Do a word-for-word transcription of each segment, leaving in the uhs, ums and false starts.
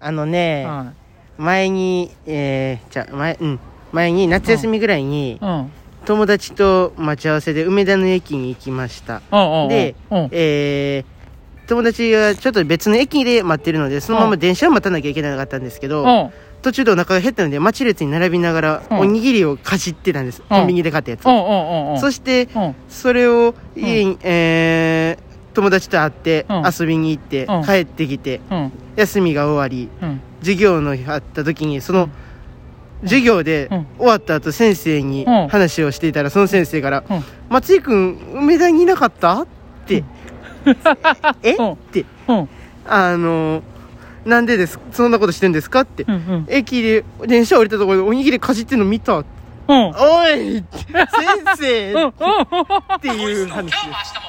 あのね、 は前に、えー、じゃあ前、うん、前に夏休みぐらいに、 い。うん。 友達と待ち合わせで梅田の駅に行きました。 うんうん。 で、 うん。 えー、友達がちょっと別の駅で待ってるので、そのまま電車を待たなきゃいけなかったんですけど、 うん。 途中でお腹が減ったので、待ち列に並びながら、 うんおにぎりをかじってたんです。コンビニで買ったやつ。 うんうんうん。 そして、 うん。 それを家に、えー、友達と会ってうん遊びに行って、 うん帰ってきて、 うん。 休みが終わり、 うん。 授業の日あった時に、その、授業でうん終わった後先生にうん話をしていたら、その先生からうん 「松井くん梅田にいなかった?」って「えうんってうん。 あのなんでですそんなことしてんですか?」ってうんうん。 駅で電車降りたところでおにぎりかじってんの見た。 うん。 おいって先生うんうん。 っていう話です。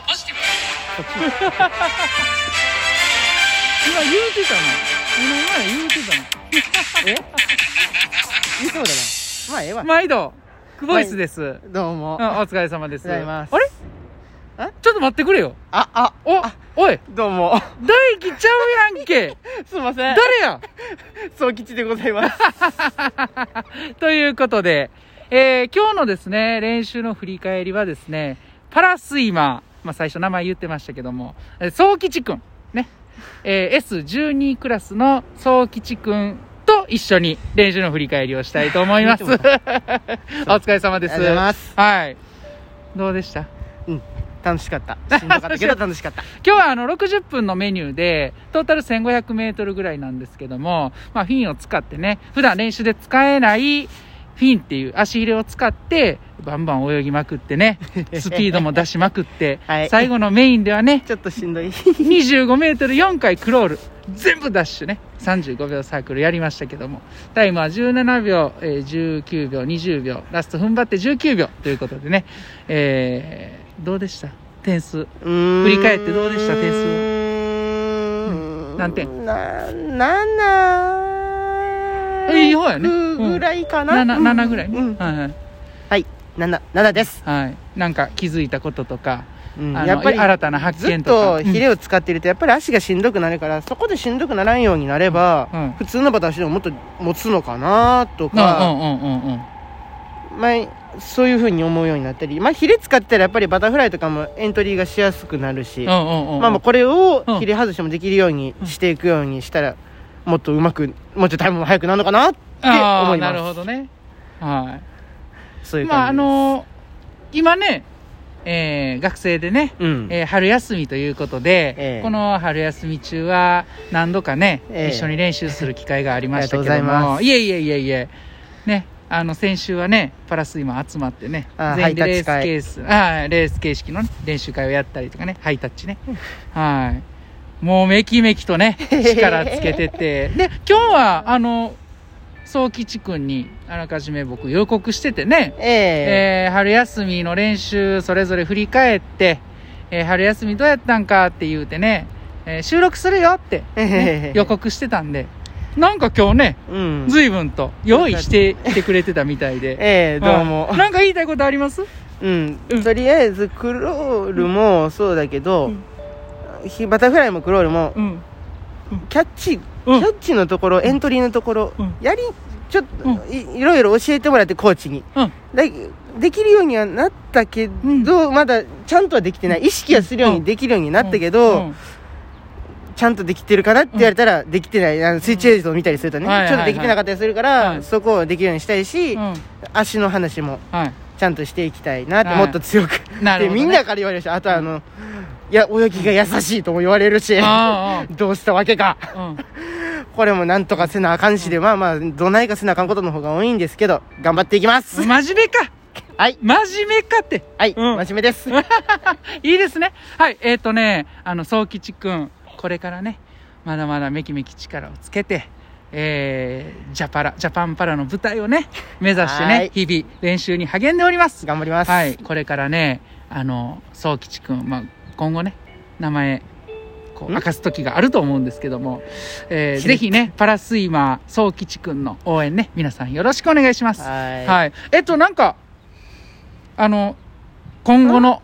今言うてたの。この前言うてたの。 え言いそうだな。まあええわ。 毎度、クボイスです。 どうも。 うん、お疲れ様です。 おはようございますあれあちょっと待ってくれよ。 あ、あ、 お、おい、 どうも。 大輝ちゃうやんけ。 すいません。 誰や総吉でございます。 ということで、えー、今日のですね、練習の振り返りはですね、パラスイマー、まあ最初名前言ってましたけども、えー総吉くん、ね、えー、エスじゅうに クラスの総吉くんと一緒に練習の振り返りをしたいと思います。お疲れ様です。 ありがとうございます。 はい。どうでした？ うん。楽しかった。しんどかったけど楽しかった。 今日はあのろくじゅっぷんのメニューでトータルせんごひゃくメートルぐらいなんですけども、まあフィンを使ってね、普段練習で使えないフィンっていう足入れを使ってバンバン泳ぎまくってね、スピードも出しまくって、 はい最後のメインではね、 ちょっとしんどい。 にじゅうごメートルよんかいクロール、全部ダッシュね、さんじゅうごびょうサークルやりましたけども、タイムはじゅうななびょう、えー、じゅうきゅうびょう、にじゅうびょう、ラスト踏ん張ってじゅうきゅうびょうということでね、えー、どうでした点数？ 振振り返ってどうでした点数は？ うん何点？ な、なな。 いい方やね。 ぐらいかな。 なな、ななぐらいね。 うんはいはい。 はい。なな、ななです。 はい。なんか気づいたこととか、 うんあのやっぱり新たな発ずっ見とか。 とヒレを使っているとやっぱり足がしんどくなるから、そこでしんどくならんようになれば、 うん普通のバタ足でももっと持つのかなとうんうんか、 うんうんうん。 まあ、そういう風に思うようになったり、まあ、ヒレ使ったらやっぱりバタフライとかもエントリーがしやすくなるし、 うんうんうん。 まあ、まあこれをうんヒレ外してもできるようにしていくようにしたら、もっとうまくもうちょっとタイムも速くなるのかなってああ、 思います。 なるほどね。はそういい。まあ、あう感じです。 のー、今ね、えー、学生でね、 うんえー春休みということで、 ええこの春休み中は何度かね、 ええ一緒に練習する機会がありましたけどありがとうございまも、いえいえいえいえ、ね、あの先週はね、パラスイマー集まってね、 あ全員でレースハイタッチ会ケース、あーレース形式の、ね、練習会をやったりとかね、ハイタッチね。はい。もうめきめきとね、力つけてて。で、今日は、あの、総吉くんにあらかじめ僕予告しててね、 ええー春休みの練習それぞれ振り返って、えー春休みどうやったんかって言うてね、えー収録するよって、ね予告してたんで、なんか今日ね、 えうん。 随分と用意してきてくれてたみたいで。 ええどうもはい。なんか言いたいことあります？ うんうん。 とりあえず、クロールもそうだけど、ひバタフライもクロールも、 うん。 キャッチ、 うんキャッチのところ、エントリーのところ、 うんやり、ちょっと、 うんい、いろいろ教えてもらって、コーチに。 うん。 だできるようにはなったけど、まだちゃんとはできてない。意識はするようにできるようになったけど、 うんちゃんとできてるかなって言われたら、できてない。あの水中映像を見たりするとね、 はいはいはいちょっとできてなかったりするから、 はいそこをできるようにしたいし、 うん。 足の話もはい。 ちゃんとしていきたいなって、 はいもっと強く。で、 なるほどねみんなから言われるし、あとはあの、いや、泳ぎが優しいとも言われるし、 あどうしたわけか。 あ、うん。 これもなんとかせなあかんしで、まあまあ、どないかせなあかんことの方が多いんですけど、頑張っていきます。 真面目かはい。 真面目かってはい。 うん真面目です。 いいですね。はい。えっ、ー、とね、あの、総吉くん、これからね、まだまだめきめき力をつけて、えー、ジャパラ、ジャパンパラの舞台をね、目指してね、 はい日々練習に励んでおります。 頑張ります。 はい。これからね、あの、総吉くん、まあ、今後ね、名前、こう、 ん明かす時があると思うんですけども、えー、ぜひね、パラスイマー、総吉くんの応援ね、皆さんよろしくお願いします。 はい。 はい。えっと、なんか、あの、今後の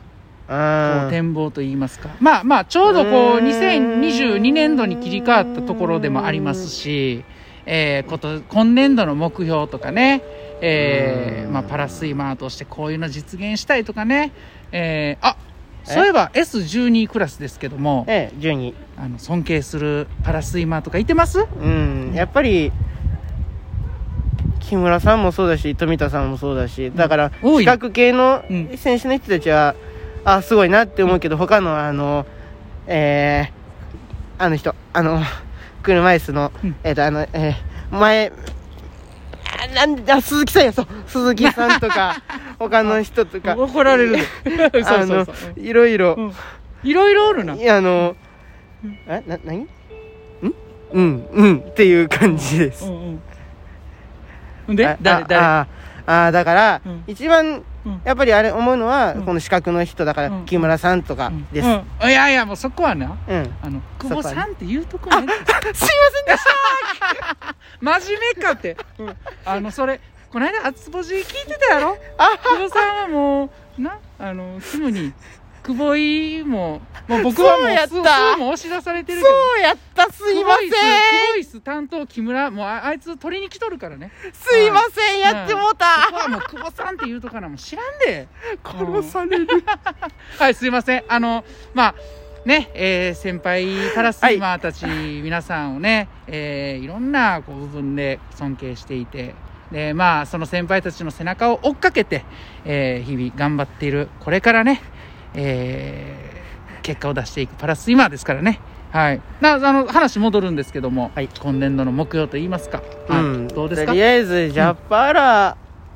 こう展望といいますか、まあまあちょうどこうにせんにじゅうにねんどに切り替わったところでもありますし、えー、こと今年度の目標とかね、えーまあ、パラスイマーとしてこういうの実現したいとかね、えー、あそういえば エスじゅうに クラスですけども、 ええ、じゅうにあの尊敬するパラスイマーとかいてます？ うん、やっぱり木村さんもそうだし富田さんもそうだし、だから視覚系の選手の人たちは、うん、あすごいなって思うけど、他のあのえー、あの人あの車椅子の、うん、えっ、ー、とあの、えー、前あなんだ鈴木さんやそう鈴木さんとか他の人とか怒られるあのいろいろ、うん、 いろいろおるな。 いやあの、うん、えな何んうんうんっていう感じです。 うんうん、で誰誰あああだから、うん、一番やっぱりあれ思うのは、うん、この資格の人だから、うん、木村さんとかです、うんうん、いやいやもうそこはな、 うん、 あの久保さんって言うとこね。すいませんでした真面目かって、うん、あのそれこの間厚ぼじ聞いてたやろ。久保さんはもうなあのすぐに久保井ももう僕はもうすぐも押し出されてるけど、 そうやったすいません。 久保井ス担当木村もう あ, あいつ取りに来とるからね。 すいません、はい、やってもうた。 そこはもう久保さんって言うとかなも知らんで殺されるはいすいません。あのまあね、えー、先輩パラスイマーたち、はい、皆さんをね、えー、いろんなこう部分で尊敬していて、でまあその先輩たちの背中を追っかけて、えー、日々頑張っているこれからね、えー、結果を出していくパラスイマーですからね。はい。なあの話戻るんですけども、はい、今年度の目標といいますか、 うん、 はい、どうですか？ とりあえずジャパラ、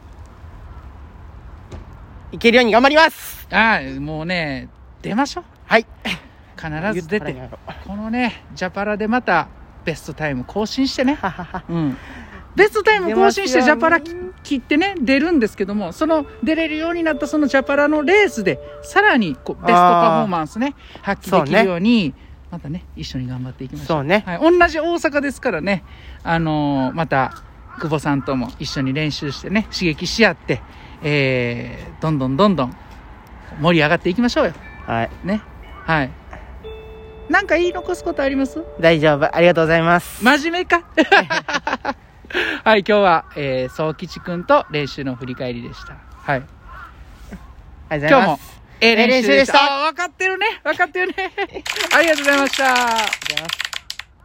うん、いけるように頑張ります。 ああもうね出ましょう。 はい必ず出てこのねジャパラでまたベストタイム更新してねうん、ベストタイム更新してジャパラ切ってね出るんですけども、その出れるようになったそのジャパラのレースでさらにこうベストパフォーマンスね発揮できるようにまたね一緒に頑張っていきましょう。 そうね、 はい、同じ大阪ですからね、あのー、また久保さんとも一緒に練習してね刺激し合って、えー、どんどんどんどん盛り上がっていきましょうよ。 はいね、はい。なんか言い残すことあります？ 大丈夫、ありがとうございます。 真面目かはい、今日は、えー、総吉くんと練習の振り返りでした。はい。 ありがとうございます。 今日も、えー、練習でした。 練習でした。 あ、分かってるね。分かってるね。ありがとうございました。 ありがとうございます。